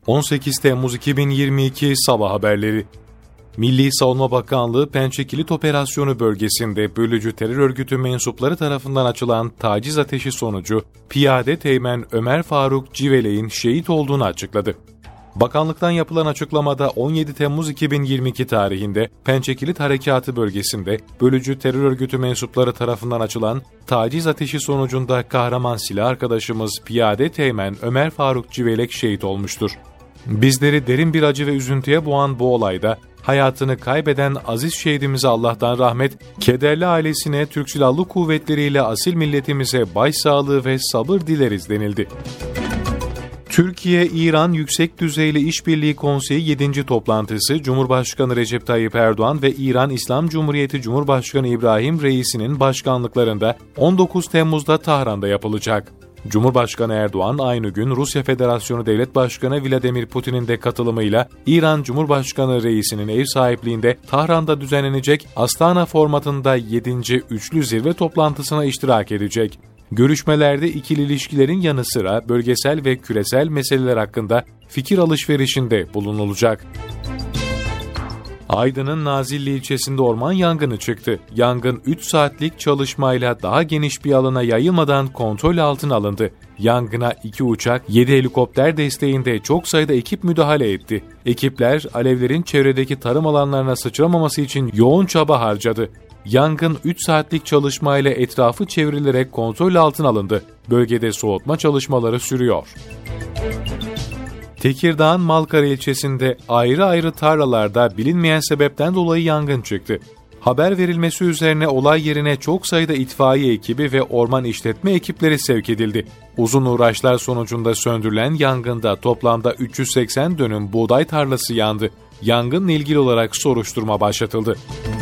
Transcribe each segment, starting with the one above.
18 Temmuz 2022 Sabah haberleri. Milli Savunma Bakanlığı Pençe Kilit Operasyonu bölgesinde bölücü terör örgütü mensupları tarafından açılan taciz ateşi sonucu Piyade Teğmen Ömer Faruk Civelek'in şehit olduğunu açıkladı. Bakanlıktan yapılan açıklamada 17 Temmuz 2022 tarihinde Pençe Kilit Harekatı bölgesinde bölücü terör örgütü mensupları tarafından açılan taciz ateşi sonucunda kahraman silah arkadaşımız Piyade Teğmen Ömer Faruk Civelek şehit olmuştur. Bizleri derin bir acı ve üzüntüye boğan bu olayda hayatını kaybeden aziz şehidimize Allah'tan rahmet, kederli ailesine, Türk Silahlı Kuvvetleri ile asil milletimize başsağlığı ve sabır dileriz denildi. Türkiye-İran Yüksek Düzeyli İşbirliği Konseyi 7. toplantısı Cumhurbaşkanı Recep Tayyip Erdoğan ve İran İslam Cumhuriyeti Cumhurbaşkanı İbrahim Reis'inin başkanlıklarında 19 Temmuz'da Tahran'da yapılacak. Cumhurbaşkanı Erdoğan aynı gün Rusya Federasyonu Devlet Başkanı Vladimir Putin'in de katılımıyla İran Cumhurbaşkanı Reis'inin ev sahipliğinde Tahran'da düzenlenecek Astana formatında 7. Üçlü Zirve toplantısına iştirak edecek. Görüşmelerde ikili ilişkilerin yanı sıra bölgesel ve küresel meseleler hakkında fikir alışverişinde bulunulacak. Aydın'ın Nazilli ilçesinde orman yangını çıktı. Yangın 3 saatlik çalışmayla daha geniş bir alana yayılmadan kontrol altına alındı. Yangına 2 uçak, 7 helikopter desteğinde çok sayıda ekip müdahale etti. Ekipler alevlerin çevredeki tarım alanlarına sıçramaması için yoğun çaba harcadı. Yangın 3 saatlik çalışmayla etrafı çevrilerek kontrol altına alındı. Bölgede soğutma çalışmaları sürüyor. Tekirdağ'ın Malkara ilçesinde ayrı ayrı tarlalarda bilinmeyen sebepten dolayı yangın çıktı. Haber verilmesi üzerine olay yerine çok sayıda itfaiye ekibi ve orman işletme ekipleri sevk edildi. Uzun uğraşlar sonucunda söndürülen yangında toplamda 380 dönüm buğday tarlası yandı. Yangınla ilgili olarak soruşturma başlatıldı.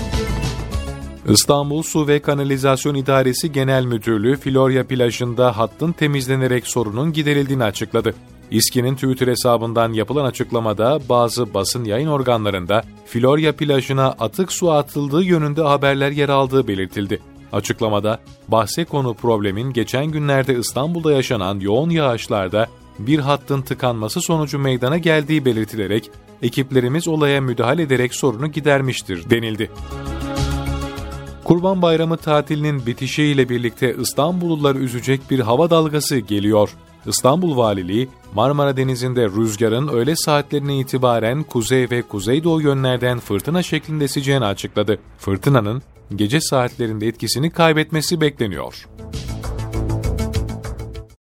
İstanbul Su ve Kanalizasyon İdaresi Genel Müdürlüğü Florya plajında hattın temizlenerek sorunun giderildiğini açıkladı. İSKİ'nin Twitter hesabından yapılan açıklamada bazı basın yayın organlarında Florya plajına atık su atıldığı yönünde haberler yer aldığı belirtildi. Açıklamada bahse konu problemin geçen günlerde İstanbul'da yaşanan yoğun yağışlarda bir hattın tıkanması sonucu meydana geldiği belirtilerek ekiplerimiz olaya müdahale ederek sorunu gidermiştir denildi. Kurban Bayramı tatilinin bitişiyle birlikte İstanbulluları üzecek bir hava dalgası geliyor. İstanbul Valiliği, Marmara Denizi'nde rüzgarın öğle saatlerine itibaren kuzey ve kuzeydoğu yönlerden fırtına şeklinde eseceğini açıkladı. Fırtınanın gece saatlerinde etkisini kaybetmesi bekleniyor.